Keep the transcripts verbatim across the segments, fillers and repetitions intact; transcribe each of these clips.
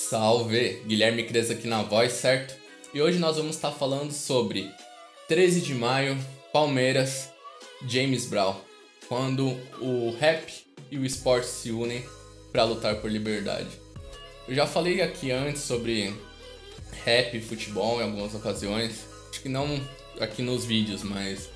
Salve! Guilherme Cres aqui na voz, certo? E hoje nós vamos estar falando sobre treze de maio, Palmeiras, James Brown, quando o rap e o esporte se unem para lutar por liberdade. Eu já falei aqui antes sobre rap e futebol em algumas ocasiões, acho que não aqui nos vídeos, mas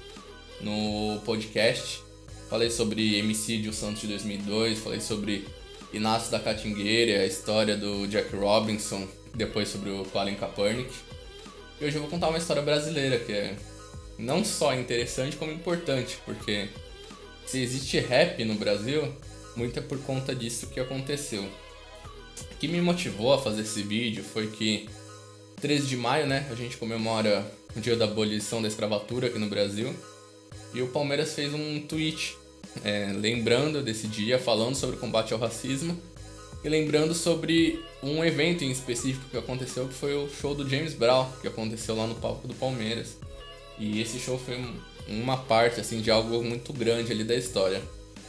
no podcast. Falei sobre Emicídio Santos de dois mil e dois, falei sobre Inácio da Catingueira, a história do Jack Robinson, depois sobre o Colin Kaepernick. E hoje eu vou contar uma história brasileira que é não só interessante como importante, porque se existe rap no Brasil, muito é por conta disso que aconteceu. O que me motivou a fazer esse vídeo foi que treze de maio, né, a gente comemora o dia da abolição da escravatura aqui no Brasil, e o Palmeiras fez um tweet é, lembrando desse dia, falando sobre o combate ao racismo e lembrando sobre um evento em específico que aconteceu, que foi o show do James Brown, que aconteceu lá no palco do Palmeiras. E esse show foi uma parte assim, de algo muito grande ali da história.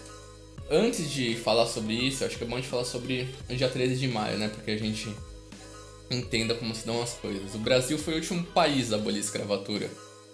Antes de falar sobre isso, acho que é bom a gente falar sobre o dia treze de maio, né? Porque a gente entenda como se dão as coisas. O Brasil foi o último país a abolir a escravatura.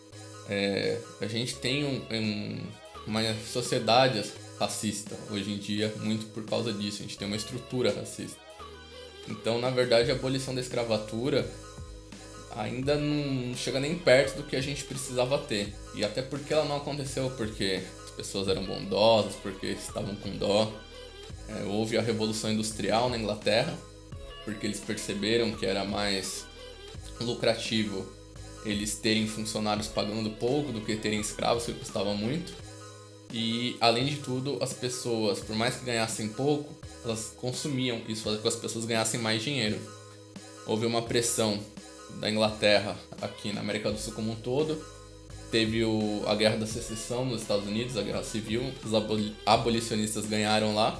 É, a gente tem um, um, uma sociedade racista hoje em dia, muito por causa disso. A gente tem uma estrutura racista. Então, na verdade, a abolição da escravatura ainda não chega nem perto do que a gente precisava ter. E até porque ela não aconteceu porque as pessoas eram bondosas, porque estavam com dó. É, houve a Revolução Industrial na Inglaterra, porque eles perceberam que era mais lucrativo eles terem funcionários pagando pouco do que terem escravos, que custava muito. E, além de tudo, as pessoas, por mais que ganhassem pouco, elas consumiam. Isso fazia com que as pessoas ganhassem mais dinheiro. Houve uma pressão da Inglaterra aqui na América do Sul como um todo. Teve o, a Guerra da Secessão nos Estados Unidos, a Guerra Civil. Os aboli- abolicionistas ganharam lá.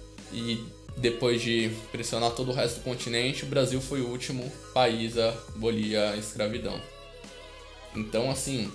E depois de pressionar todo o resto do continente, o Brasil foi o último país a abolir a escravidão. Então, assim,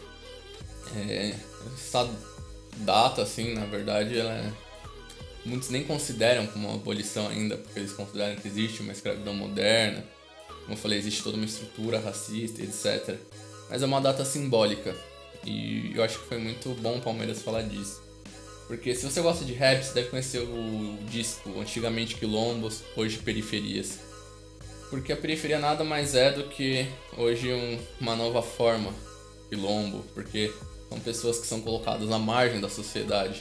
é, essa data, assim, na verdade, ela é, muitos nem consideram como uma abolição ainda, porque eles consideram que existe uma escravidão moderna. Como eu falei, existe toda uma estrutura racista, etcétera. Mas é uma data simbólica, e eu acho que foi muito bom o Palmeiras falar disso. Porque se você gosta de rap, você deve conhecer o disco Antigamente Quilombos, hoje Periferias. Porque a periferia nada mais é do que hoje um, uma nova forma, quilombo, porque são pessoas que são colocadas à margem da sociedade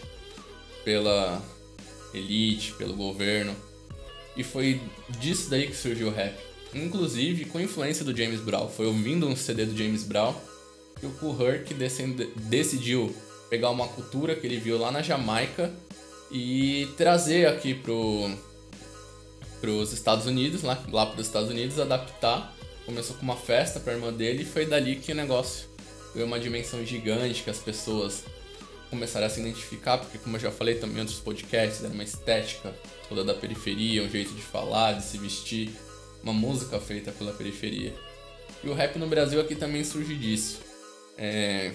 pela elite, pelo governo. E foi disso daí que surgiu o rap. Inclusive com influência do James Brown. Foi ouvindo um C D do James Brown que o Kool Herc decidiu pegar uma cultura que ele viu lá na Jamaica e trazer aqui pro para os Estados Unidos, lá, lá para os Estados Unidos, adaptar. Começou com uma festa para a irmã dele e foi dali que o negócio ganhou uma dimensão gigante, que as pessoas começaram a se identificar, porque como eu já falei também em outros podcasts, era uma estética toda da periferia, um jeito de falar, de se vestir, uma música feita pela periferia. E o rap no Brasil aqui também surge disso. É...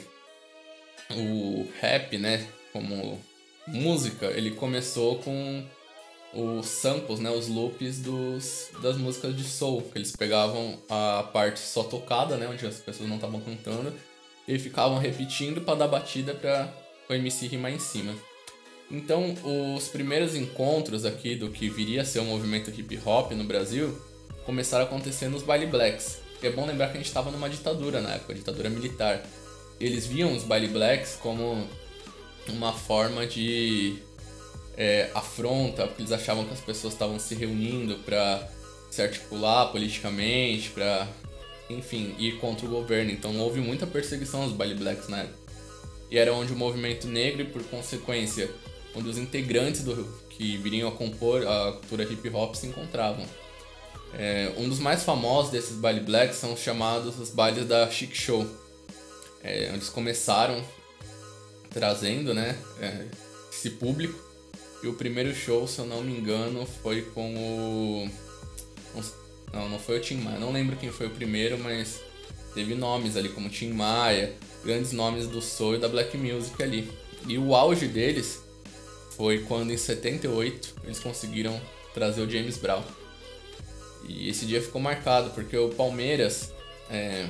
O rap, né, como música, ele começou com os samples, né, os loops dos, das músicas de soul, que eles pegavam a parte só tocada, né, onde as pessoas não estavam cantando, e ficavam repetindo para dar batida para o M C rimar em cima. Então, os primeiros encontros aqui do que viria a ser o movimento hip hop no Brasil começaram a acontecer nos baile blacks. E é bom lembrar que a gente estava numa ditadura na época, ditadura militar. Eles viam os baile blacks como uma forma de É, afronta, porque eles achavam que as pessoas estavam se reunindo para se articular politicamente, para, enfim, ir contra o governo. Então houve muita perseguição aos baile blacks na época. E era onde o movimento negro e, por consequência, onde os integrantes do, que viriam a compor a cultura hip hop se encontravam. É, um dos mais famosos desses baile blacks são os chamados os bailes da Chic Show, é, onde eles começaram trazendo, né, é, esse público. E o primeiro show, se eu não me engano, foi com o... Não, não foi o Tim Maia. Não lembro quem foi o primeiro, mas teve nomes ali como Tim Maia, grandes nomes do soul e da black music ali. E o auge deles foi quando, em setenta e oito, eles conseguiram trazer o James Brown. E esse dia ficou marcado, porque o Palmeiras, é,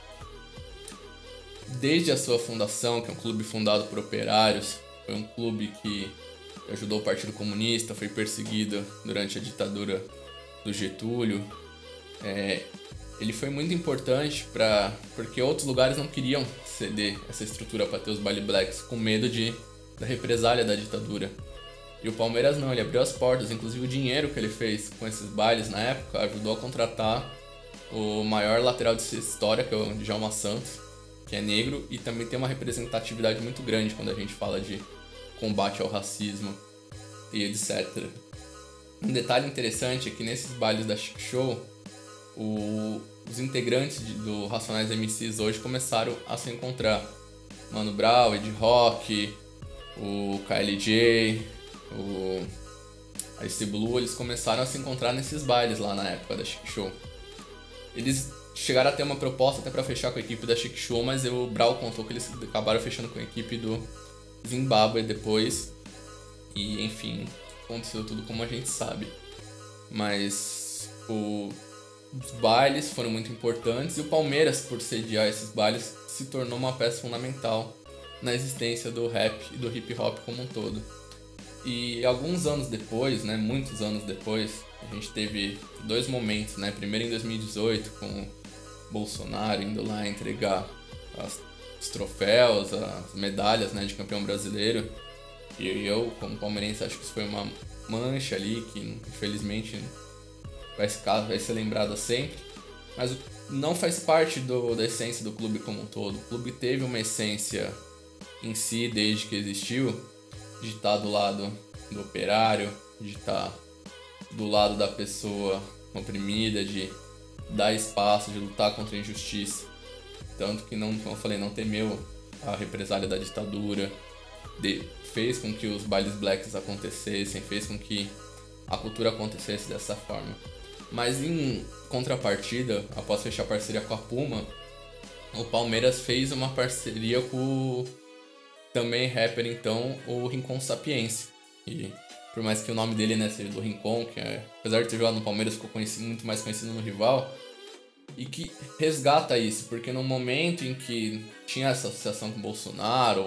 desde a sua fundação, que é um clube fundado por operários, foi um clube que ajudou o Partido Comunista, foi perseguido durante a ditadura do Getúlio. É, ele foi muito importante pra, porque outros lugares não queriam ceder essa estrutura para ter os Bally Blacks, com medo de, da represália da ditadura. E o Palmeiras não, ele abriu as portas, inclusive o dinheiro que ele fez com esses bailes na época ajudou a contratar o maior lateral de sua história, que é o Djalma Santos, que é negro, e também tem uma representatividade muito grande quando a gente fala de combate ao racismo e etcétera. Um detalhe interessante é que nesses bailes da Chic Show, o, os integrantes de, do Racionais M Cs hoje começaram a se encontrar. Mano Brown, Ed Rock, o K L J, o Ice Blue, eles começaram a se encontrar nesses bailes lá na época da Chic Show. Eles chegaram a ter uma proposta até pra fechar com a equipe da Chic Show, mas o Brown contou que eles acabaram fechando com a equipe do Zimbábue depois. E enfim, aconteceu tudo como a gente sabe. Mas o, os bailes foram muito importantes e o Palmeiras, por sediar esses bailes, se tornou uma peça fundamental na existência do rap e do hip hop como um todo. E alguns anos depois, né, muitos anos depois, a gente teve dois momentos, né? Primeiro em dois mil e dezoito, com o Bolsonaro indo lá entregar as, os troféus, as medalhas, né, de campeão brasileiro. E eu, como palmeirense, acho que isso foi uma mancha ali que, infelizmente, vai, ficar, vai ser lembrada sempre. Mas não faz parte do, da essência do clube como um todo. O clube teve uma essência em si desde que existiu, de estar do lado do operário, de estar do lado da pessoa oprimida, de dar espaço, de lutar contra a injustiça. Tanto que, não, como eu falei, não temeu a represália da ditadura, de, fez com que os bailes blacks acontecessem, fez com que a cultura acontecesse dessa forma. Mas em contrapartida, após fechar parceria com a Puma, o Palmeiras fez uma parceria com o também rapper, então, o Rincon Sapiense. E por mais que o nome dele, né, seja do Rincon, que é, apesar de ter jogado no Palmeiras, ficou conhecido, muito mais conhecido no rival, e que resgata isso, porque no momento em que tinha essa associação com o Bolsonaro,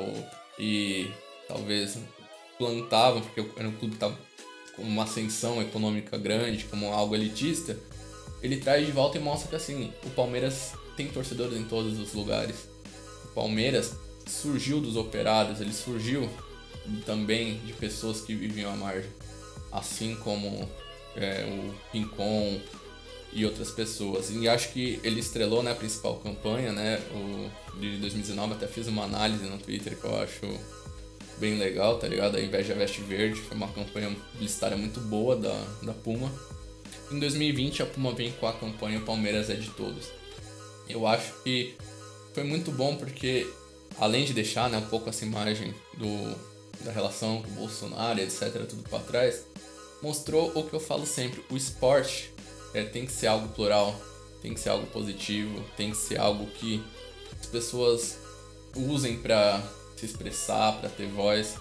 e talvez plantavam, porque era um clube que estava com uma ascensão econômica grande, como algo elitista, ele traz de volta e mostra que, assim, o Palmeiras tem torcedores em todos os lugares. O Palmeiras surgiu dos operários, ele surgiu também de pessoas que viviam à margem, assim como é, o Rincon e outras pessoas. E acho que ele estrelou, né, a principal campanha, né, o de dois mil e dezenove, até fiz uma análise no Twitter que eu acho bem legal, tá ligado? A Inveja Veste Verde foi uma campanha publicitária muito boa da, da Puma. Em dois mil e vinte a Puma vem com a campanha O Palmeiras é de Todos. Eu acho que foi muito bom porque, além de deixar, né, um pouco essa imagem do, da relação com o Bolsonaro, etcétera, tudo pra trás, mostrou o que eu falo sempre, o esporte é, tem que ser algo plural, tem que ser algo positivo, tem que ser algo que as pessoas usem pra se expressar, pra ter voz.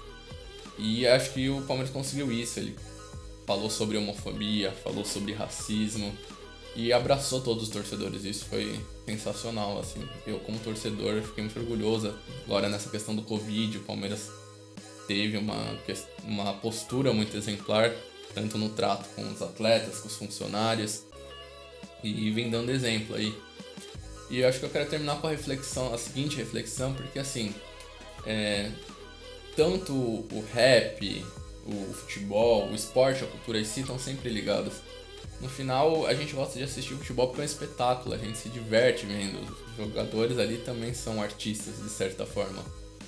E acho que o Palmeiras conseguiu isso, ele falou sobre homofobia, falou sobre racismo e abraçou todos os torcedores. Isso foi sensacional, assim. Eu, como torcedor, fiquei muito orgulhoso. Agora, nessa questão do Covid, o Palmeiras teve uma, uma postura muito exemplar, tanto no trato com os atletas, com os funcionários, e vem dando exemplo aí. E eu acho que eu quero terminar com a reflexão, a seguinte reflexão, porque, assim, é, tanto o rap, o futebol, o esporte, a cultura em si estão sempre ligados. No final, a gente gosta de assistir futebol porque é um espetáculo, a gente se diverte vendo. Os jogadores ali também são artistas, de certa forma.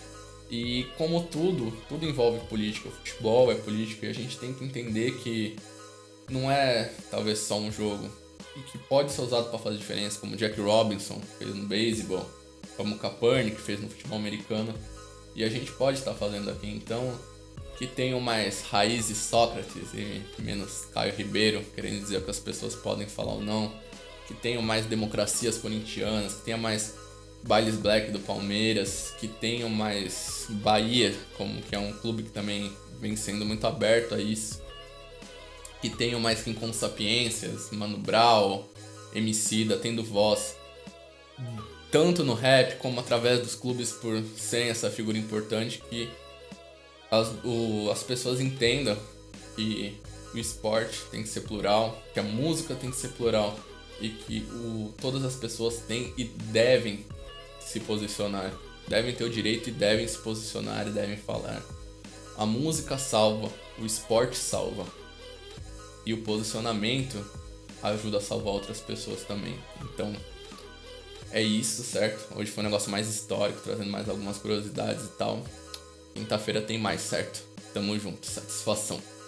E como tudo, tudo envolve política. O futebol é político e a gente tem que entender que não é talvez só um jogo. E que pode ser usado para fazer diferença, como Jack Robinson fez no beisebol, como Kaepernick fez no futebol americano. E a gente pode estar fazendo aqui, então, que tenham mais raízes Sócrates e menos Caio Ribeiro, querendo dizer o que as pessoas podem falar ou não, que tenham mais democracias corintianas, que tenha mais bailes black do Palmeiras, que tenham mais Bahia, como que é um clube que também vem sendo muito aberto a isso. que tenham mais que com sapiências, Mano Brown, Emicida, tendo voz, tanto no rap como através dos clubes por serem essa figura importante, que as, o, as pessoas entendam que o esporte tem que ser plural, que a música tem que ser plural e que o, todas as pessoas têm e devem se posicionar, devem ter o direito e devem se posicionar e devem falar. A música salva, o esporte salva e o posicionamento ajuda a salvar outras pessoas também. Então é isso, certo? Hoje foi um negócio mais histórico, trazendo mais algumas curiosidades e tal. Quinta-feira tem mais, certo? Tamo junto, satisfação.